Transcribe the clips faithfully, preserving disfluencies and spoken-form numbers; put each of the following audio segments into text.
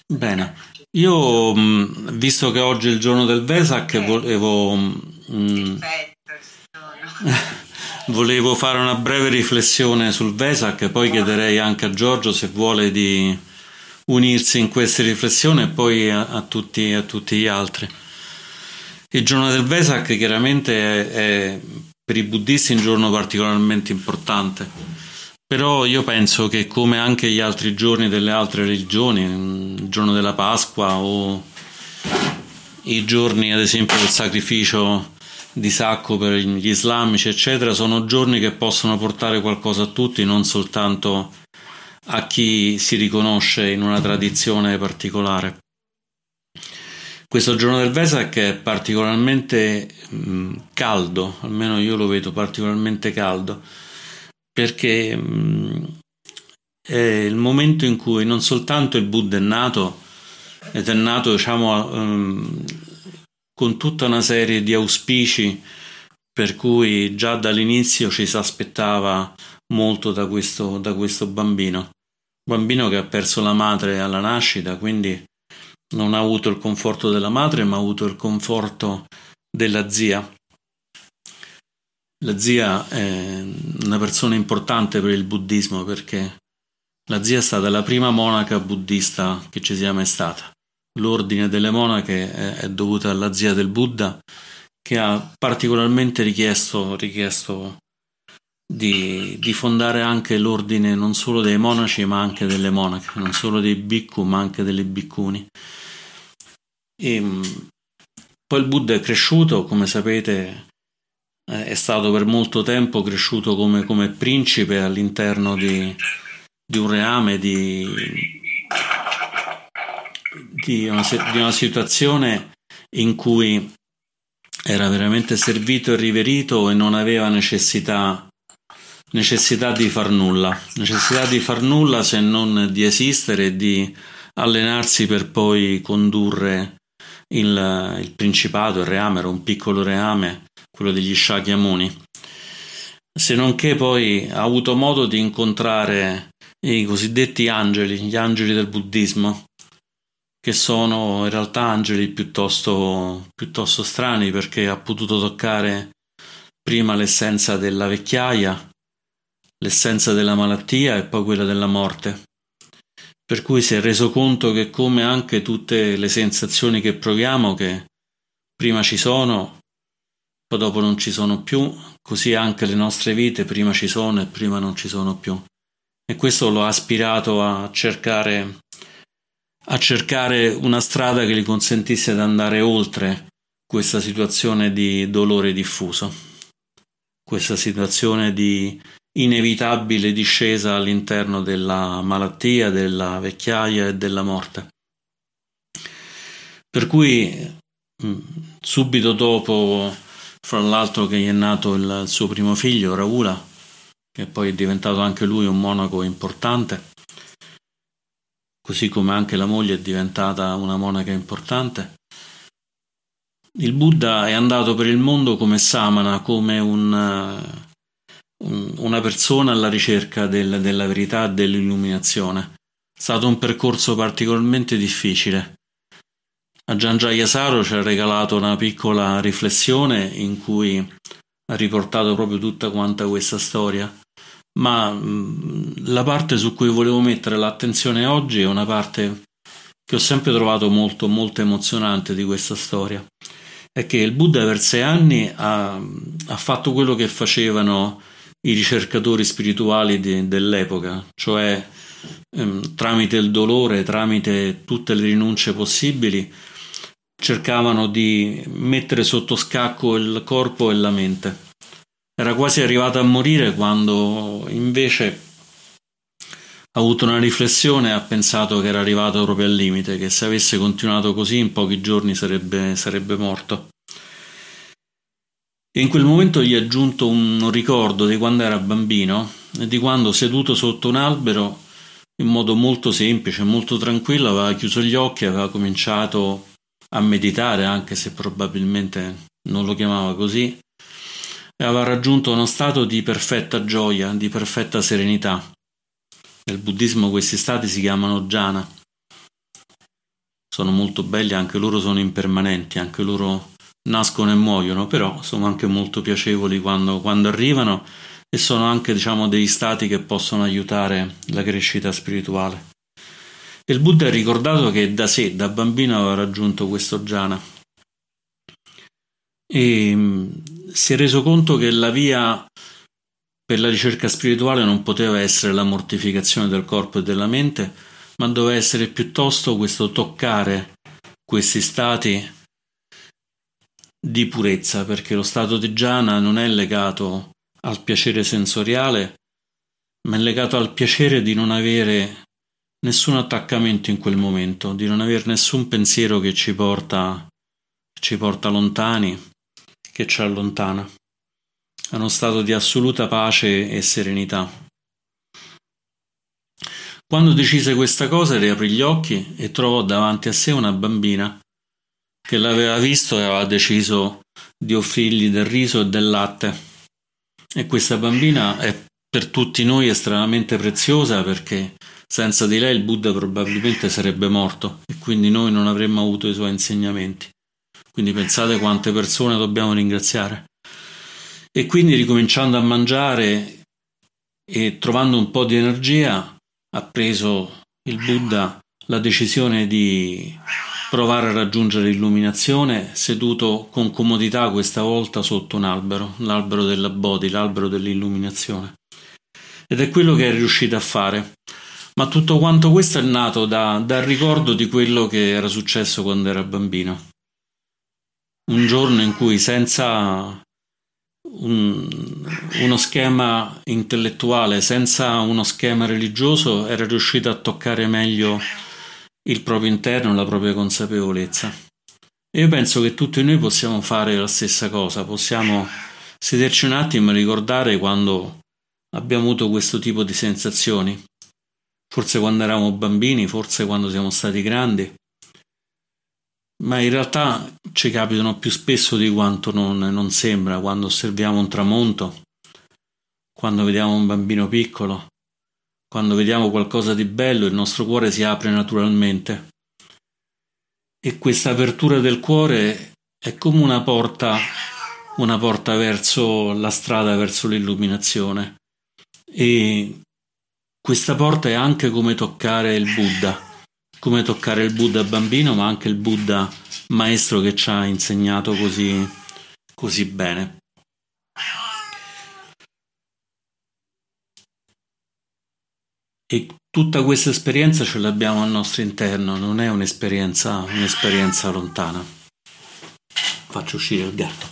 Bene, io mh, visto che oggi è il giorno del Vesak, Eh, volevo, mh, perfetto, sono. volevo fare una breve riflessione sul Vesak, poi chiederei anche a Giorgio se vuole di unirsi in questa riflessione e poi a, a tutti, a tutti gli altri. Il giorno del Vesak chiaramente è, è per i buddisti un giorno particolarmente importante, però io penso che come anche gli altri giorni delle altre religioni, il giorno della Pasqua o i giorni ad esempio del sacrificio di sacco per gli islamici eccetera, sono giorni che possono portare qualcosa a tutti, non soltanto a chi si riconosce in una tradizione particolare. Questo giorno del Vesak è particolarmente mh, caldo, almeno io lo vedo particolarmente caldo, perché mh, è il momento in cui non soltanto il Buddha è nato, ed è nato diciamo mh, con tutta una serie di auspici per cui già dall'inizio ci si aspettava molto da questo, da questo bambino. Bambino che ha perso la madre alla nascita, quindi non ha avuto il conforto della madre, ma ha avuto il conforto della zia. La zia è una persona importante per il buddismo perché la zia è stata la prima monaca buddista che ci sia mai stata. L'ordine delle monache è, è dovuta alla zia del Buddha che ha particolarmente richiesto, richiesto di, di fondare anche l'ordine non solo dei monaci ma anche delle monache, non solo dei bhikkhu ma anche delle bhikkhuni. E, poi il Buddha è cresciuto, come sapete, è stato per molto tempo cresciuto come, come principe all'interno di, di un reame, di, di, una, di una situazione in cui era veramente servito e riverito e non aveva necessità, necessità di far nulla, necessità di far nulla se non di esistere e di allenarsi per poi condurre il, il principato, il reame, era un piccolo reame, quello degli Shakyamuni. Se non che poi ha avuto modo di incontrare i cosiddetti angeli, gli angeli del buddismo, che sono in realtà angeli piuttosto, piuttosto strani perché ha potuto toccare prima l'essenza della vecchiaia, l'essenza della malattia e poi quella della morte. Per cui si è reso conto che come anche tutte le sensazioni che proviamo, che prima ci sono, poi dopo non ci sono più, così anche le nostre vite prima ci sono e prima non ci sono più. E questo lo ha ispirato a cercare, a cercare una strada che gli consentisse di andare oltre questa situazione di dolore diffuso, questa situazione di inevitabile discesa all'interno della malattia, della vecchiaia e della morte. Per cui subito dopo, fra l'altro, che gli è nato il suo primo figlio, Rahula, che poi è diventato anche lui un monaco importante, così come anche la moglie è diventata una monaca importante. Il Buddha è andato per il mondo come samana, come un, un, una persona alla ricerca del, della verità e dell'illuminazione. È stato un percorso particolarmente difficile. A Giangiayasaro ci ha regalato una piccola riflessione in cui ha riportato proprio tutta quanta questa storia, ma mh, la parte su cui volevo mettere l'attenzione oggi è una parte che ho sempre trovato molto molto emozionante di questa storia. È che il Buddha per sei anni ha, ha fatto quello che facevano i ricercatori spirituali di, dell'epoca, cioè ehm, tramite il dolore, tramite tutte le rinunce possibili, cercavano di mettere sotto scacco il corpo e la mente. Era quasi arrivato a morire quando invece ha avuto una riflessione e ha pensato che era arrivato proprio al limite, che se avesse continuato così in pochi giorni sarebbe, sarebbe morto. E in quel momento gli è giunto un ricordo di quando era bambino e di quando seduto sotto un albero in modo molto semplice, molto tranquillo, aveva chiuso gli occhi e aveva cominciato a meditare, anche se probabilmente non lo chiamava così, e aveva raggiunto uno stato di perfetta gioia, di perfetta serenità. Nel buddismo questi stati si chiamano jhana. sono molto belli, anche loro sono impermanenti, anche loro nascono e muoiono, però sono anche molto piacevoli quando, quando arrivano, e sono anche, diciamo, degli stati che possono aiutare la crescita spirituale. E il Buddha è ricordato che da sé, da bambino, aveva raggiunto questo jhana e mh, si è reso conto che la via per la ricerca spirituale non poteva essere la mortificazione del corpo e della mente, ma doveva essere piuttosto questo toccare questi stati di purezza, perché lo stato di jhana non è legato al piacere sensoriale, ma è legato al piacere di non avere nessun attaccamento in quel momento, di non avere nessun pensiero che ci porta, ci porta lontani, che ci allontana. È uno stato di assoluta pace e serenità. Quando decise questa cosa, riaprì gli occhi e trovò davanti a sé una bambina che l'aveva visto e aveva deciso di offrirgli del riso e del latte. E questa bambina è per tutti noi estremamente preziosa, perché senza di lei il Buddha probabilmente sarebbe morto e quindi noi non avremmo avuto i suoi insegnamenti. Quindi pensate quante persone dobbiamo ringraziare. E quindi, ricominciando a mangiare e trovando un po' di energia, ha preso il Buddha la decisione di provare a raggiungere l'illuminazione seduto con comodità, questa volta sotto un albero, l'albero della Bodhi, l'albero dell'illuminazione. Ed è quello che è riuscito a fare. Ma tutto quanto questo è nato da, dal ricordo di quello che era successo quando era bambino. Un giorno in cui, senza un, uno schema intellettuale, senza uno schema religioso, era riuscito a toccare meglio il proprio interno, la propria consapevolezza. E io penso che tutti noi possiamo fare la stessa cosa, possiamo sederci un attimo e ricordare quando abbiamo avuto questo tipo di sensazioni, forse quando eravamo bambini, forse quando siamo stati grandi, ma in realtà ci capitano più spesso di quanto non, non sembra, quando osserviamo un tramonto, quando vediamo un bambino piccolo, quando vediamo qualcosa di bello, il nostro cuore si apre naturalmente. E questa apertura del cuore è come una porta, una porta verso la strada, verso l'illuminazione. E questa porta è anche come toccare il Buddha, come toccare il Buddha bambino, ma anche il Buddha maestro che ci ha insegnato così, così bene. E tutta questa esperienza ce l'abbiamo al nostro interno, non è un'esperienza, un'esperienza lontana. Faccio uscire il gatto.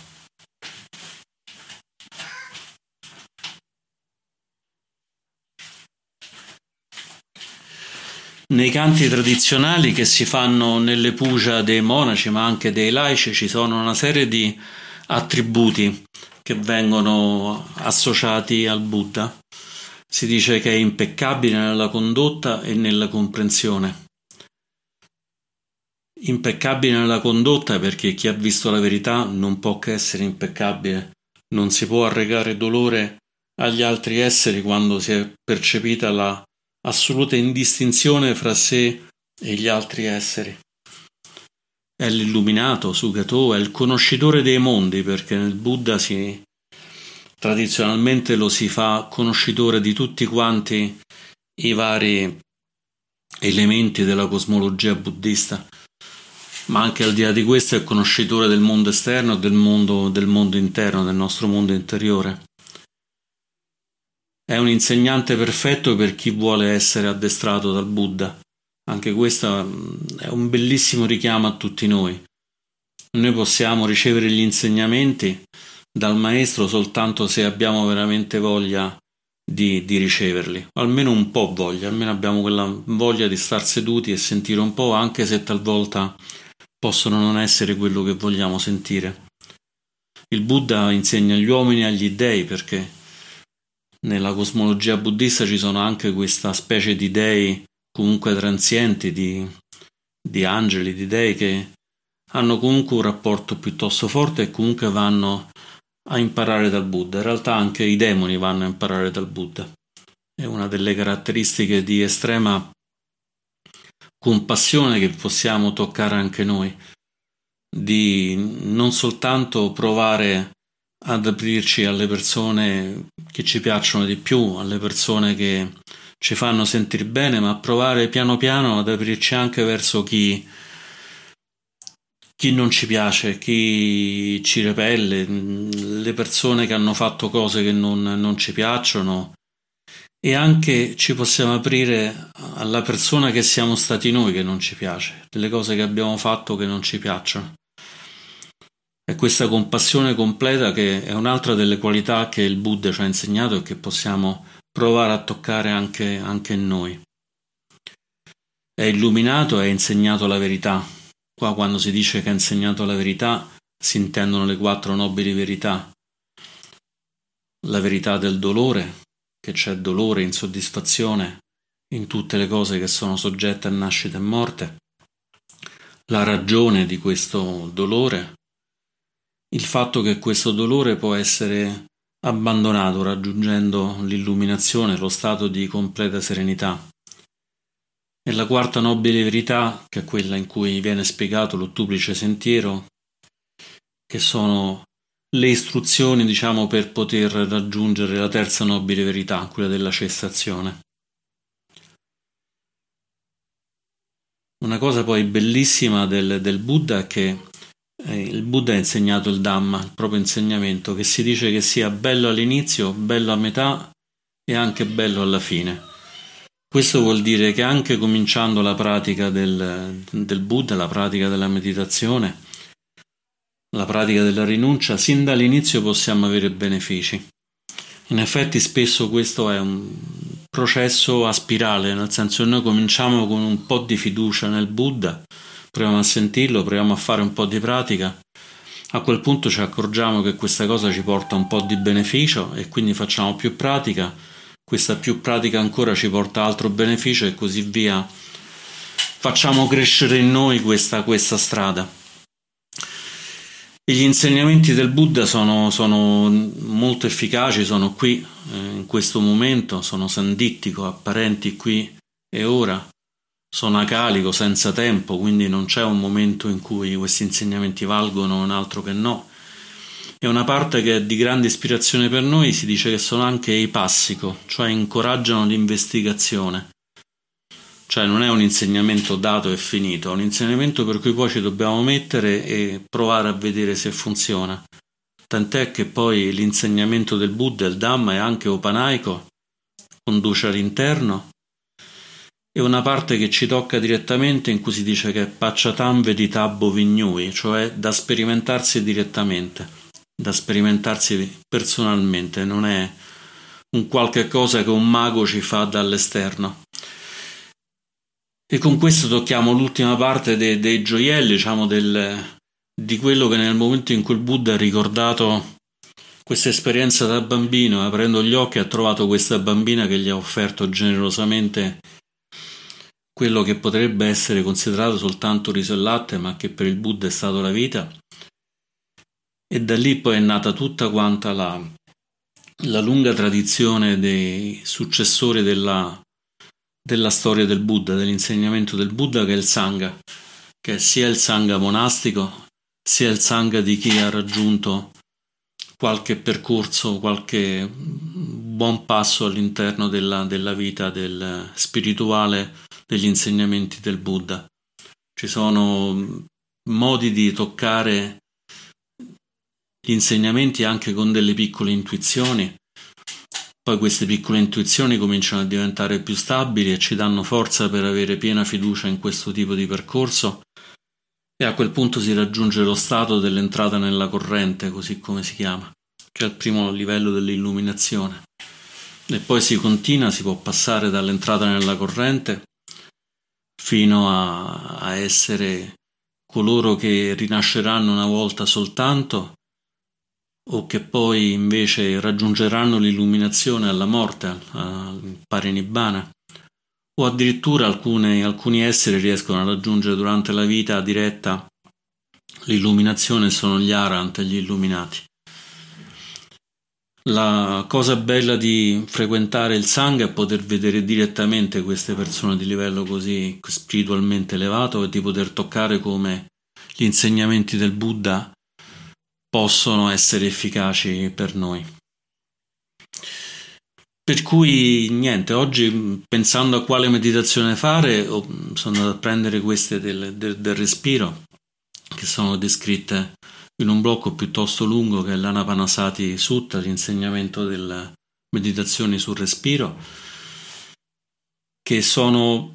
Nei canti tradizionali che si fanno nelle puja dei monaci, ma anche dei laici, ci sono una serie di attributi che vengono associati al Buddha. Si dice che è impeccabile nella condotta e nella comprensione. Impeccabile nella condotta perché chi ha visto la verità non può che essere impeccabile. Non si può arrecare dolore agli altri esseri quando si è percepita la assoluta indistinzione fra sé e gli altri esseri. È l'illuminato, Sugato, è il conoscitore dei mondi, perché nel Buddha si tradizionalmente lo si fa conoscitore di tutti quanti i vari elementi della cosmologia buddista, ma anche al di là di questo è conoscitore del mondo esterno e del mondo, del mondo interno, del nostro mondo interiore. È un insegnante perfetto per chi vuole essere addestrato dal Buddha. Anche questo è un bellissimo richiamo a tutti noi. Noi possiamo ricevere gli insegnamenti dal maestro soltanto se abbiamo veramente voglia di, di riceverli, o almeno un po' voglia, almeno abbiamo quella voglia di star seduti e sentire un po', anche se talvolta possono non essere quello che vogliamo sentire. Il Buddha insegna agli uomini e agli dei, perché nella cosmologia buddista ci sono anche questa specie di dei comunque transienti, di, di angeli, di dei che hanno comunque un rapporto piuttosto forte e comunque vanno a imparare dal Buddha. In realtà anche i demoni vanno a imparare dal Buddha. È una delle caratteristiche di estrema compassione che possiamo toccare anche noi, di non soltanto provare ad aprirci alle persone che ci piacciono di più, alle persone che ci fanno sentire bene, ma provare piano piano ad aprirci anche verso chi, chi non ci piace, chi ci repelle, le persone che hanno fatto cose che non, non ci piacciono, e anche ci possiamo aprire alla persona che siamo stati noi che non ci piace, delle cose che abbiamo fatto che non ci piacciono. È questa compassione completa che è un'altra delle qualità che il Buddha ci ha insegnato e che possiamo provare a toccare anche, anche in noi. È illuminato e ha insegnato la verità. Qua quando si dice che ha insegnato la verità si intendono le quattro nobili verità. La verità del dolore, che c'è dolore, insoddisfazione in tutte le cose che sono soggette a nascita e morte. La ragione di questo dolore, il fatto che questo dolore può essere abbandonato raggiungendo l'illuminazione, lo stato di completa serenità. E la quarta nobile verità, che è quella in cui viene spiegato l'ottuplice sentiero, che sono le istruzioni, diciamo, per poter raggiungere la terza nobile verità, quella della cessazione. Una cosa poi bellissima del, del Buddha è che eh, il Buddha ha insegnato il Dhamma, il proprio insegnamento, che si dice che sia bello all'inizio, bello a metà e anche bello alla fine. Questo vuol dire che anche cominciando la pratica del, del Buddha, la pratica della meditazione, la pratica della rinuncia, sin dall'inizio possiamo avere benefici. In effetti spesso questo è un processo a spirale, nel senso che noi cominciamo con un po' di fiducia nel Buddha, proviamo a sentirlo, proviamo a fare un po' di pratica, a quel punto ci accorgiamo che questa cosa ci porta un po' di beneficio e quindi facciamo più pratica, questa più pratica ancora ci porta altro beneficio e così via. Facciamo crescere in noi questa, questa strada. Gli insegnamenti del Buddha sono, sono molto efficaci, sono qui eh, in questo momento, sono sandittico, apparenti qui e ora, sono acalico, senza tempo, quindi non c'è un momento in cui questi insegnamenti valgono, un altro che no. E una parte che è di grande ispirazione per noi si dice che sono anche eipassico, cioè incoraggiano l'investigazione. Cioè non è un insegnamento dato e finito, è un insegnamento per cui poi ci dobbiamo mettere e provare a vedere se funziona. Tant'è che poi l'insegnamento del Buddha, il Dhamma, è anche opanaico, conduce all'interno, e una parte che ci tocca direttamente in cui si dice che è Pacchatam Veditabbo Vignui, cioè da sperimentarsi direttamente, da sperimentarsi personalmente, non è un qualche cosa che un mago ci fa dall'esterno. E con questo tocchiamo l'ultima parte dei, dei gioielli, diciamo, del, di quello che nel momento in cui il Buddha ha ricordato questa esperienza da bambino, aprendo gli occhi ha trovato questa bambina che gli ha offerto generosamente quello che potrebbe essere considerato soltanto riso e latte, ma che per il Buddha è stato la vita. E da lì poi è nata tutta quanta la, la lunga tradizione dei successori della della storia del Buddha, dell'insegnamento del Buddha, che è il Sangha, che è sia il Sangha monastico, sia il Sangha di chi ha raggiunto qualche percorso, qualche buon passo all'interno della, della vita del spirituale degli insegnamenti del Buddha. Ci sono modi di toccare gli insegnamenti anche con delle piccole intuizioni. Poi queste piccole intuizioni cominciano a diventare più stabili e ci danno forza per avere piena fiducia in questo tipo di percorso, e a quel punto si raggiunge lo stato dell'entrata nella corrente, così come si chiama, che è il primo livello dell'illuminazione. E poi si continua, si può passare dall'entrata nella corrente fino a, a essere coloro che rinasceranno una volta soltanto, o che poi invece raggiungeranno l'illuminazione alla morte, al parinibbana, o addirittura alcune, alcuni esseri riescono a raggiungere durante la vita diretta l'illuminazione, sono gli arahant, gli illuminati. La cosa bella di frequentare il Sangha è poter vedere direttamente queste persone di livello così spiritualmente elevato e di poter toccare come gli insegnamenti del Buddha possono essere efficaci per noi. Per cui niente, oggi pensando a quale meditazione fare, sono andato a prendere queste del, del, del respiro, che sono descritte in un blocco piuttosto lungo che è l'Anapanasati Sutta, l'insegnamento delle meditazioni sul respiro, che sono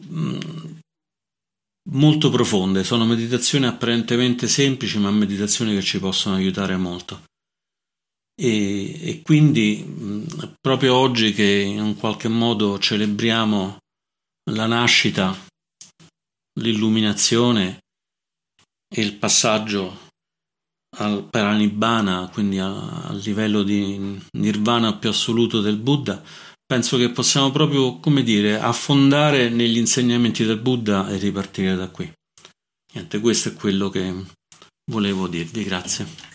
molto profonde, sono meditazioni apparentemente semplici, ma meditazioni che ci possono aiutare molto. E, e quindi proprio oggi che in qualche modo celebriamo la nascita, l'illuminazione e il passaggio al Paranibbana, quindi a, al livello di nirvana più assoluto del Buddha, penso che possiamo proprio, come dire, affondare negli insegnamenti del Buddha e ripartire da qui. Niente, questo è quello che volevo dirvi, grazie.